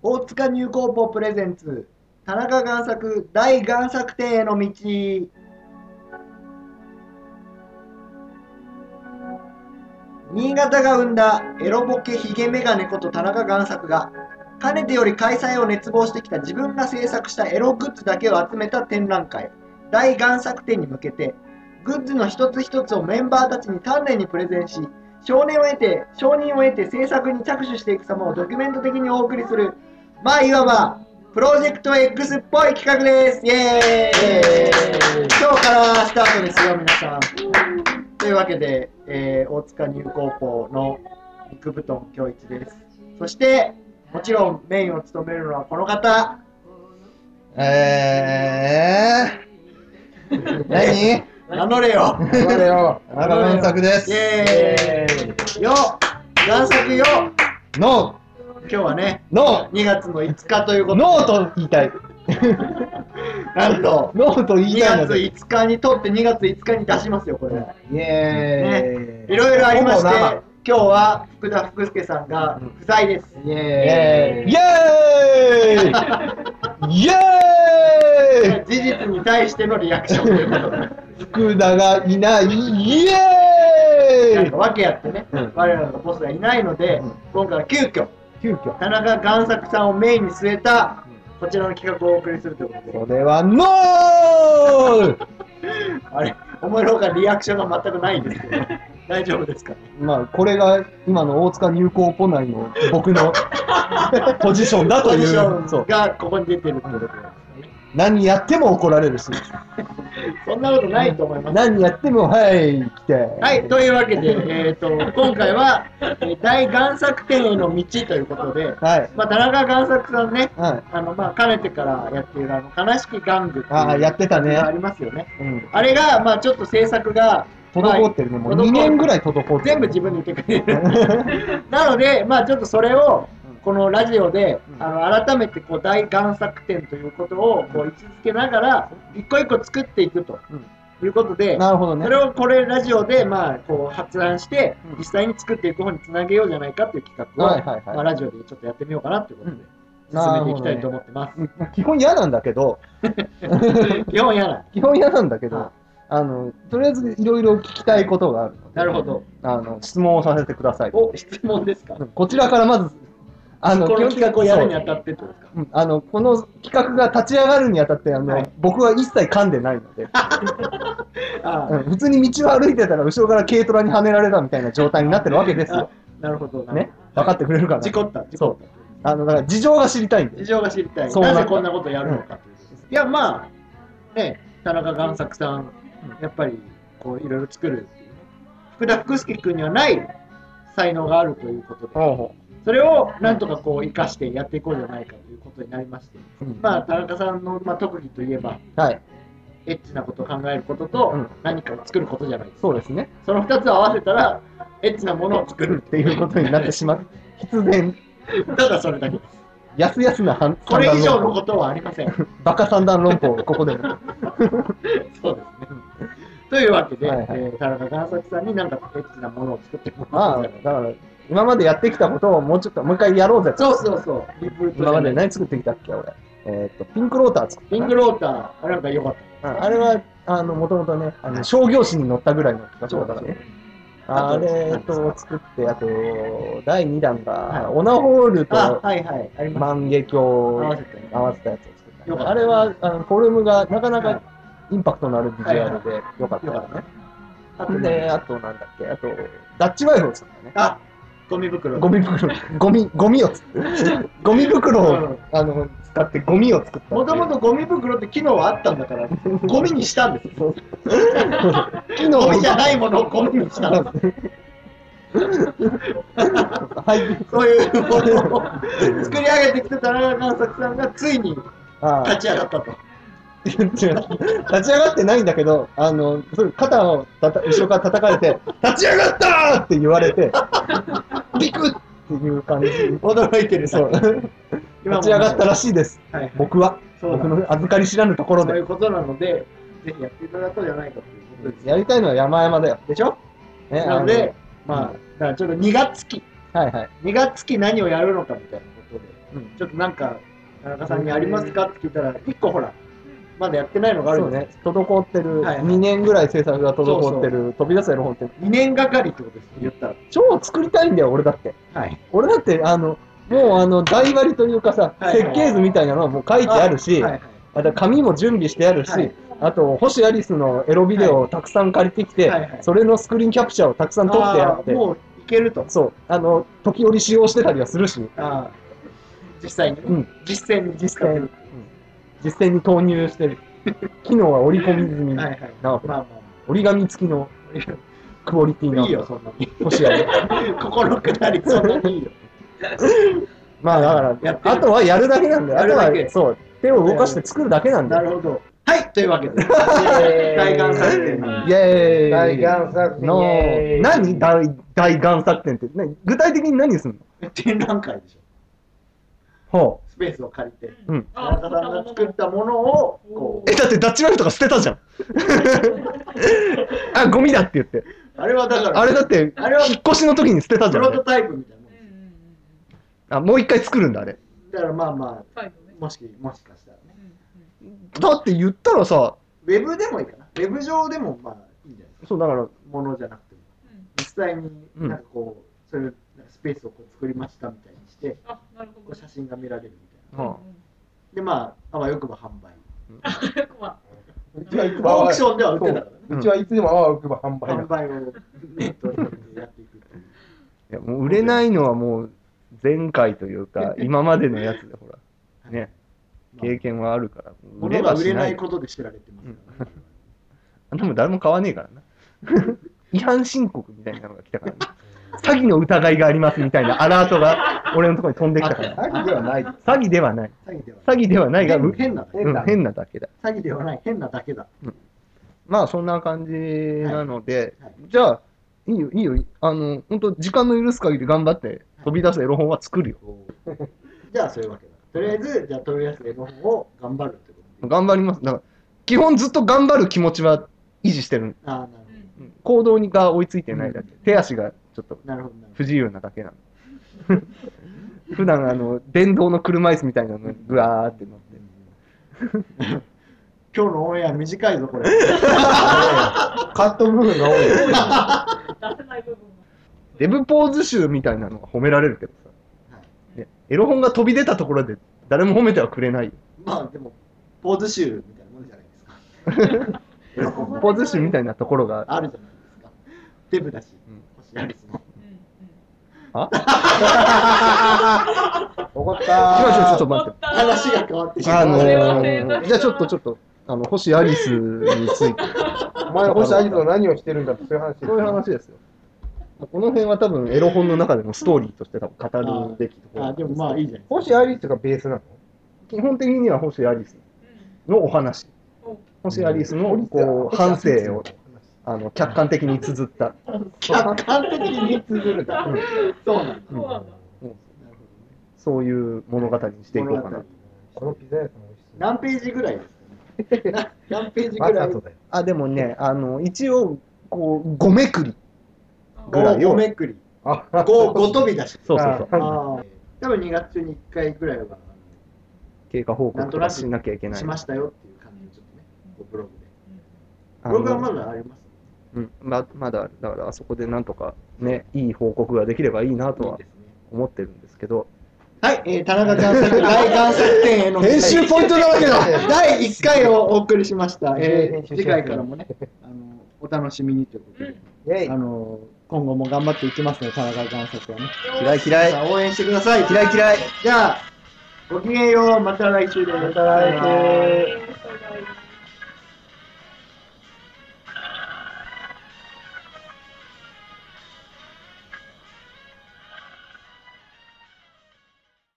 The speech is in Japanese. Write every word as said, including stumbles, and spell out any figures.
大塚ニューコーポプレゼンツ田中贋作大贋作展への道。新潟が生んだエロボケヒゲメガネこと田中贋作がかねてより開催を熱望してきた自分が制作したエログッズだけを集めた展覧会大贋作展に向けて、グッズの一つ一つをメンバーたちに丹念にプレゼンし、承認を得て承認を得て制作に着手していく様をドキュメント的にお送りする、まあいわばプロジェクト X っぽい企画です。イエーイ。今日からスタートですよ皆さん。というわけで、えー、大塚ニューコーポの肉布団恭一です。そしてもちろんメインを務めるのはこの方。 えー何名乗れよ。 名乗れよ。田中贋作です。 イエーイ。よ贋作よ。 ノ今日はね、 ノにがつのいつかということで、 ノーと言いたい。 なんとノーと言いたいにがついつかにとってにがついつかに出しますよこれ。 イエーイ。 いろいろありまして、 ほぼ生今日は福田福助さんが不在です。 イエーイ。イエーイ。イエーイ。 事実に対してのリアクションということで、 福田がいない。イエーイ。 なんか訳あってね、 うん我らのボスがいないので、 うん今回は急遽急遽。 田中贋作さんをメインに据えたこちらの企画をお送りするということで、 それはノー。 あれ、思いのほかリアクションが全くないんですけど、大丈夫ですかね。 まあこれが今の大塚ニューコーポ内の僕のポジションだとポジシいう。 ョンそう。 がここに出てるってことですね。 何やっても怒られるし。 そんなことないと思います。 何やってもはい来て。 はい、というわけで、えー、と今回は、えー大贋作展への道ということで、 はい。 まあ、田中贋作さんね、 はい。 あのまあ、かねてからやっているあの悲しき玩具っていうあーやってたねがありますよね。 うん。 あれが、まあ、ちょっと制作が、 滞ってるね。もうまあにねんぐらい滞ってる。 全部自分で言ってくれる。なので、まあ、ちょっとそれをこのラジオで、 うんあの改めてこう大贋作展ということをこう位置づけながら一個一個作っていくということで、 なるほどねそ。れをこれラジオでまあこう発案してうん実際に作っていく方につなげようじゃないかという企画を、 はいはいはいまあ、ラジオでちょっとやってみようかなということでうん進めていきたいと思ってます。 うん基本嫌なんだけど、 基本やない。 基本嫌なんだけはいど、あの、とりあえずいろいろ聞きたいことがあるので、 なるほど。 あの、質問をさせてください。 お、質問ですか。 こちらからまず、あの、 この企画をやるにあたっってってことですか。 うんあの、この企画が立ち上がるにあたって、あの、 はい僕は一切噛んでないので、 あうん普通に道を歩いてたら後ろから軽トラにはねられたみたいな状態になってるわけですよ。 なるほど。 ね。分かってくれるかな。 事故った。事故った。 あの、だから事情が知りたいんで。 事情が知りたい。 そうななぜこんなことをやるのかということです。いや、まあ、ね、田中贋作さん、やっぱり、こう、いろいろ作るっていうね。福田福助君にはない才能があるということで、 ほそれをなんとかこう、生かしてやっていこうじゃないかということになりまして、 ううんまあ、田中さんの、まあ、特技といえば、 はい。 エッチなことを考えることと、 うん何かを作ることじゃないですか。 そうですね。 その二つを合わせたら、エッチなものを作るっていうことになってしまう。必然、 ただそれだけです。 やすやすな判これ以上の論法ことはありません。 バカ三段論法をここでも。 そうですね。というわけで、 はいはいえー田中贋作さんになんかエッチなものを作ってもらまあ、 うだから、今までやってきたことをもうちょっと、もう一回やろうぜと。 そうそうそう。リブート今までね。 何作ってきたっけ、俺。えっと、ピンクローター作ったな。 ピンクローター、あなんか良かっうんあれは、あの、もともとね、あの商業誌に載ったぐらいの企画だからね。 あとあれと作って、あと、だいにだんはいが、オナホールた。あ、 とはいはい。あります。 万華鏡合わせて。 合わせたやつを作ったね。 よかったあれは、あのフォルムがなかなはいかインパクトのあるビジュアルで良かったよね。 あとで、 ね、 あとなんだっけ、あと、ダッチワイフを作ったね。 あ、ゴミ袋。 ゴミ袋、ゴミ、ゴミをつ、ゴミ袋を、 うんあの、使ってゴミを作った。 もともとゴミ袋って機能はあったんだから、ゴミにしたんですよ。 機能ゴミじゃないものをゴミにしたんです。 はい。 そういうものを作り上げてきた田中贋作さんがついにあ立ち上がったと。 違う立ち上がってないんだけど、あの、それ肩をたた後ろから叩かれて、立ち上がったーって言われて、ビクッっていう感じ。 驚いてる。 そう。 今も立ち上がったらしいです。 はい、 僕は。僕そうなんです。 の預かり知らぬところで。 そういうことなので、ぜひやっていただこうじゃないかということです。 やりたいのは山々だよ。 でしょ。 ね、 なので、 あのまあ、だからちょっとにがつ期、 はいはい。 にがつ期何をやるのかみたいなことで、 うん、 ちょっとなんか田中さんにありますかって聞いたらいっこほらまだやってないのがあるんですよ。そうね、滞ってる、はいはい、にねんぐらい制作が滞ってる、そうそう飛び出すエロ本って。 にねんがかりってことです、言ったら。 超作りたいんだよ、俺だって。はい、俺だって、あの、もうあの、台割りというかさ、はいはい、設計図みたいなのはもう書いてあるし、はいはい、あと紙も準備してあるし、はい、あと、星アリスのエロビデオをたくさん借りてきて、はいはいはい、それのスクリーンキャプチャーをたくさん撮ってやって、 もういけると。 そう、あの、時折使用してたりはするし。 あ実際に、うん、実践に実践、うん、実践に投入してる。機能は折り込み済みなわけ、まあまあ、折り紙付きのクオリティのいいよそんなに星あり心下りそんなにいいよまあだからあとはやるだけなんだよ。あとはそう手を動かして作るだけなんだよ。 なるほど。はいというわけで大贋作展イエーイ大贋作展の何大大贋作展って具体的に何するの？展覧会でしょ。 ほうスペースを借りて、うん、田中さんが作ったものをこうえだってダッチワイフとか捨てたじゃんあゴミだって言ってあれはだからあれだってあれは引っ越しの時に捨てたじゃん。 プロトタイプみたいなもんですあもう一回作るんだあれ。 だからまあまあもしもしかしたらねだって言ったらさウェブでもいいかな。ウェブ上でもまあいいんじゃないですか。 そうだからものじゃなくても実際になんかこうそういうスペースをこう作りましたみたいにしてこう写真が見られるみたいな、うん、でまああわよくば販売うちはいつもオークションでは売ってたからね、 うん、うちはいつでもあわよくば販売販売をネットでやっていくっていういやもう売れないのはもう前回というか今までのやつでほらね経験はあるから売れば売れないことで知られてますから、ね、 うん、でも誰も買わねえからな違反申告みたいなのが来たからね詐欺の疑いがありますみたいなアラートが俺のところに飛んできたから。 詐欺ではない。 詐欺ではない。詐欺ではないが、変なだけだ。変なだけだ。 詐欺ではない、変なだけだ。 うん、まあそんな感じなので、はいはい、じゃあ、いいよ、いいよ。あの、本当時間の許す限り頑張って飛び出すエロ本は作るよ。 はい、じゃあそういうわけだ。とりあえず、じゃあ飛び出すエロ本を頑張るってこと頑張ります。だから、基本ずっと頑張る気持ちは維持してる。 ああ、なるほど。行動が追いついてないだけ。うん、手足がちょっと不自由なだけなの。普段あの電動の車椅子みたいなのにぐわーって乗って。 今日のオンエア短いぞこれ。 カット部分が多い。 デブポーズ集みたいなのが褒められるけどさ、はい、ね、エロ本が飛び出たところで誰も褒めてはくれないよ。 まあでもポーズ集みたいなもんじゃないですか。 ポーズ集みたいなところがあるじゃないですか。デブだし。うん、アリスも。 あ怒ったー。 今ちょっと待って。 話が変わってしまう。 あのー、じゃあちょっとちょっと、あの、星アリスについて。 お前は星アリスの何をしてるんだってそういう話。 そういう話ですよ。この辺は多分エロ本の中でのストーリーとして多分語るべきところ。 あ、でもまあいいじゃん。 星アリスがベースなの？ 基本的には星アリスのお話。星アリスのこう反省を。あの客観的に綴った。 客観的に綴るだ。そうなんだ。 そういう物語にしていこうかな。 このピザ屋さん美味しそう。 何ページぐらいですかね。何ページぐらい。 あ、でもね、あの一応こうごめくりぐらいを。 ごめくり。あ、ごご飛び出し。 そうそうそう。 多分にがつ中にいっかいぐらいは経過報告とかしなきゃいけない。 しましたよっていう感じでちょっとね、ブログで。ブログはまだあります。 うん、ま, まだだからあそこでなんとかねいい報告ができればいいなとは思ってるんですけど。 はい、えー、田中贋作大贋作展への編集ポイントだらけだ。 だいいっかいをお送りしました。えー、次回からもねあのお楽しみにということで、あの今後も頑張っていきますので田中贋作はね。 嫌い嫌い。応援してください。 嫌い嫌い。 じゃあごきげんよう、また来週です。 また来週。